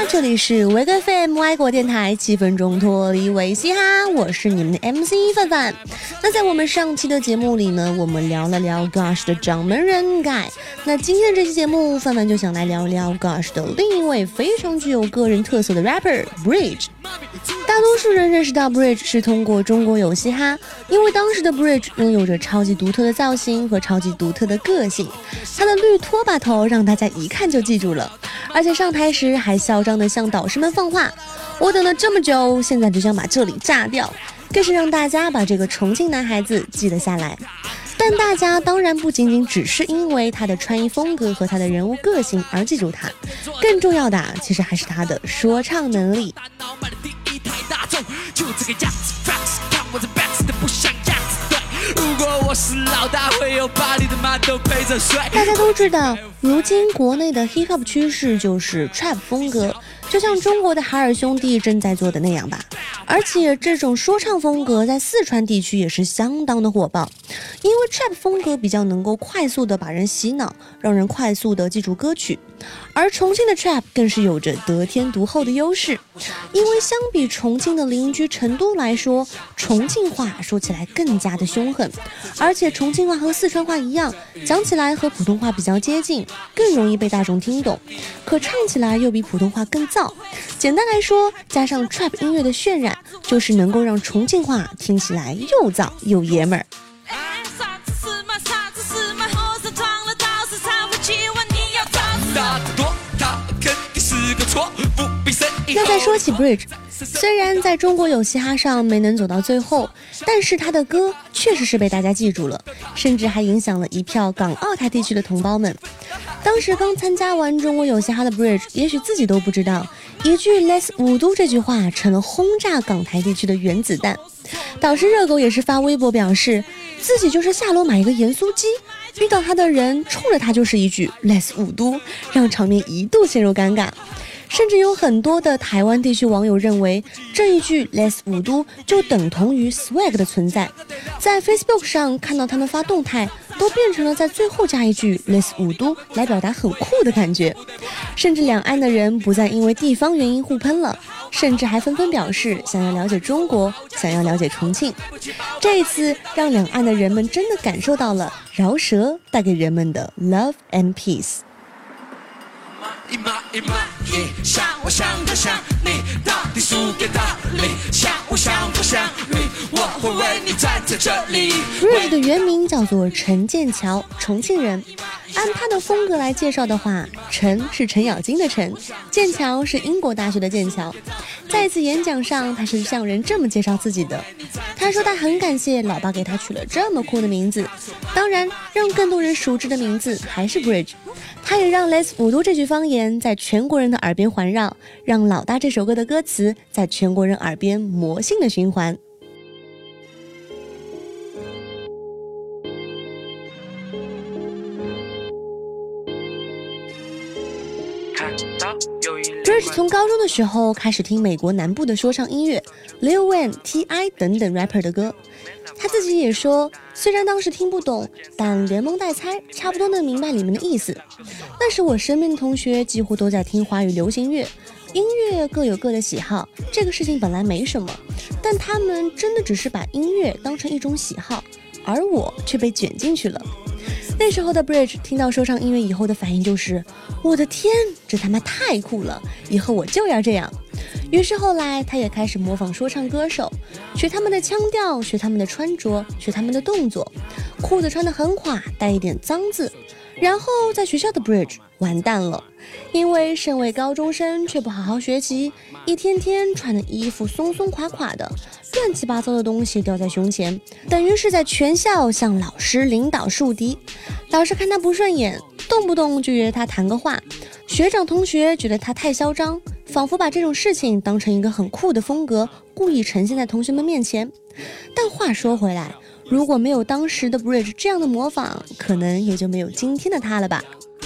这里是维格 FM 外国电台7分钟脱离维嘻哈，我是你们的 MC 范范。那在我们上期的节目里呢，我们聊了聊 Gosh 的掌门人 Guy。那今天的这期节目，范范就想来聊聊 Gosh 的另一位非常具有个人特色的 rapper Bridge。大多数人认识到 Bridge 是通过中国有嘻哈，因为当时的 Bridge 拥有着超级独特的造型和超级独特的个性，他的绿拖把头让大家一看就记住了，而且上台时还嚣张地向导师们放话，我等了这么久，现在就想把这里炸掉，更是让大家把这个重庆男孩子记了下来。但大家当然不仅仅只是因为他的穿衣风格和他的人物个性而记住他，更重要的其实还是他的说唱能力。大家都知道，如今国内的 hip hop 趋势就是 trap 风格，就像中国的海尔兄弟正在做的那样吧。而且这种说唱风格在四川地区也是相当的火爆，因为 trap 风格比较能够快速的把人洗脑，让人快速的记住歌曲。而重庆的 trap 更是有着得天独厚的优势，因为相比重庆的邻居成都来说，重庆话说起来更加的凶狠，而且重庆话和四川话一样，讲起来和普通话比较接近，更容易被大众听懂，可唱起来又比普通话更燥。简单来说，加上 trap 音乐的渲染，就是能够让重庆话听起来又燥又爷们儿。那再说起 Bridge， 虽然在中国有嘻哈上没能走到最后，但是他的歌确实是被大家记住了，甚至还影响了一票港澳台地区的同胞们。当时刚参加完中国有嘻哈的 Bridge， 也许自己都不知道，一句 Let's 五都这句话成了轰炸港台地区的原子弹。导师热狗也是发微博表示，自己就是下楼买一个盐酥鸡，遇到他的人冲着他就是一句 Let's 五都，让场面一度陷入尴尬。甚至有很多的台湾地区网友认为，这一句 Let's 五都就等同于 swag 的存在，在 Facebook 上看到他们发动态，都变成了在最后加一句 Let's 五都来表达很酷的感觉。甚至两岸的人不再因为地方原因互喷了，甚至还纷纷表示想要了解中国，想要了解重庆。这一次让两岸的人们真的感受到了饶舌带给人们的 love and peace。想我想不想你，到底输给道理，想我想不想你，我会为你站在这里。Bridge 的原名叫做陈剑桥，重庆人。按他的风格来介绍的话，陈是程咬金的陈，剑桥是英国大学的剑桥。在一次演讲上，他是向人这么介绍自己的，他说他很感谢老爸给他取了这么酷的名字，当然让更多人熟知的名字还是 Bridge。他也让 Let's 五都这句方言在全国人的耳边环绕，让老大这首歌的歌词在全国人耳边魔性的循环。Bridge 从高中的时候开始听美国南部的说唱音乐 Lil Wayne、T.I 等等 rapper 的歌，他自己也说，虽然当时听不懂，但连蒙带猜差不多能明白里面的意思。但是我身边的同学几乎都在听华语流行乐，音乐各有各的喜好，这个事情本来没什么，但他们真的只是把音乐当成一种喜好，而我却被卷进去了。那时候的 Bridge 听到说唱音乐以后的反应就是，我的天，这他妈太酷了，以后我就要这样。于是后来他也开始模仿说唱歌手，学他们的腔调，学他们的穿着，学他们的动作，裤子穿得很垮，带一点脏字。然后在学校的 Bridge 完蛋了，因为身为高中生却不好好学习，一天天穿的衣服松松垮垮的，乱七八糟的东西吊在胸前，等于是在全校向老师领导树敌。老师看他不顺眼，动不动就约他谈个话，学长同学觉得他太嚣张，仿佛把这种事情当成一个很酷的风格，故意呈现在同学们面前。但话说回来，如果没有当时的 Bridge 这样的模仿，可能也就没有今天的他了吧。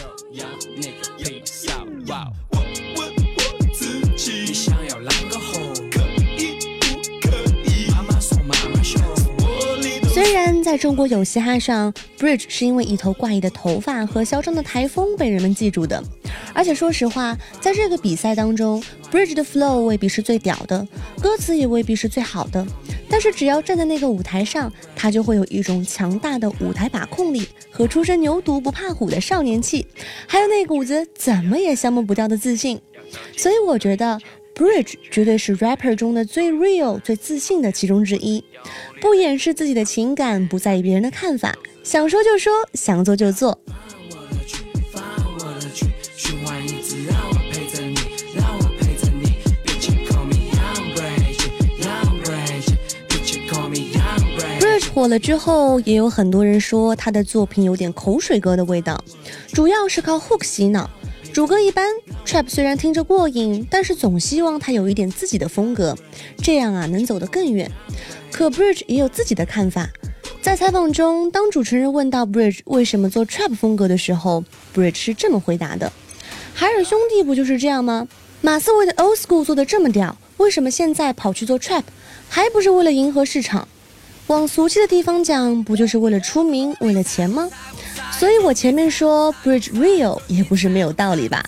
虽然在中国有嘻哈上 Bridge 是因为一头怪异的头发和嚣张的台风被人们记住的， 而且说实话，在这个比赛当中 Bridge 的 flow 未必是最屌的，歌词也未必是最好的，但是只要站在那个舞台上，他就会有一种强大的舞台把控力和初生牛犊不怕虎的少年气，还有那股子怎么也消磨不掉的自信。所以我觉得 Bridge 绝对是 rapper 中的最 real 最自信的其中之一，不掩饰自己的情感，不在意别人的看法，想说就说，想做就做。Bridge 火了之后，也有很多人说他的作品有点口水歌的味道，主要是靠 hook 洗脑，主歌一般， trap 虽然听着过瘾，但是总希望他有一点自己的风格，这样啊能走得更远。可 Bridge 也有自己的看法，在采访中，当主持人问到 Bridge 为什么做 trap 风格的时候， Bridge 是这么回答的：海尔兄弟不就是这样吗？马思唯的 old school 做得这么屌，为什么现在跑去做 trap， 还不是为了迎合市场？往俗气的地方讲，不就是为了出名，为了钱吗？所以我前面说 Bridge real 也不是没有道理吧。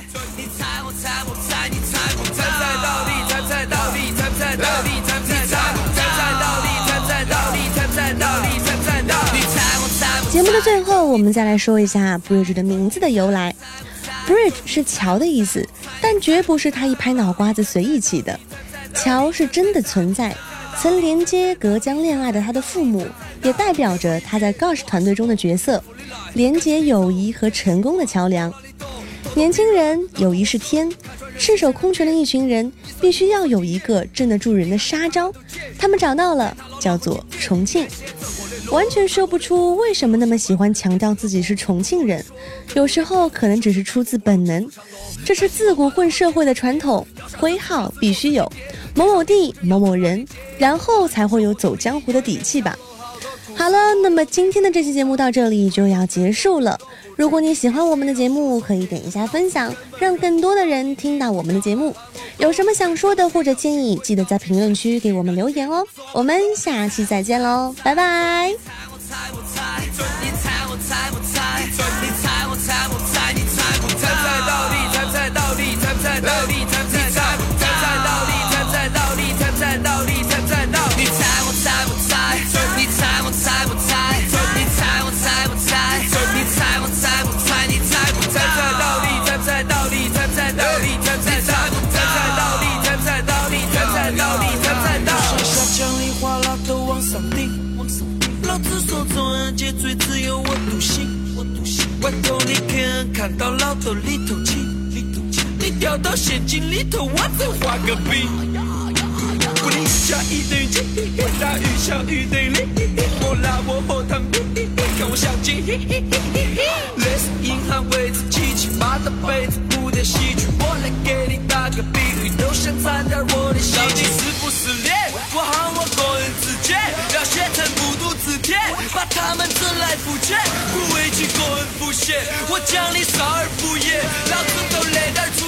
节目的最后，我们再来说一下 Bridge 的名字的由来。Bridge 是桥的意思，但绝不是他一拍脑瓜子随意起的。桥是真的存在，曾连接隔江恋爱的他的父母，也代表着他在 Gush 团队中的角色，连接友谊和成功的桥梁。年轻人，友谊是天，赤手空拳的一群人必须要有一个镇得住人的杀招，他们找到了，叫做重庆。完全说不出为什么那么喜欢强调自己是重庆人，有时候可能只是出自本能，这是自古混社会的传统，徽号必须有某某地某某人，然后才会有走江湖的底气吧。好了，那么今天的这期节目到这里就要结束了。如果你喜欢我们的节目，可以点一下分享，让更多的人听到我们的节目。有什么想说的或者建议，记得在评论区给我们留言哦。我们下期再见喽，拜拜。老子说做人皆最自由，我笃信。外头你看看到老头里头气，你掉到陷阱里头，我再画个笔。不离加一等于几，大于小于等于零，我拿我后堂比，看我相机。类似银行位置778的杯子不得戏剧，我来给你打个比喻，都想参加我的戏剧。是不是脸？我喊我个人直觉，要写成不读字帖，把他们整来覆去，不委屈个人复写，我奖励少儿不也，老子都累点出。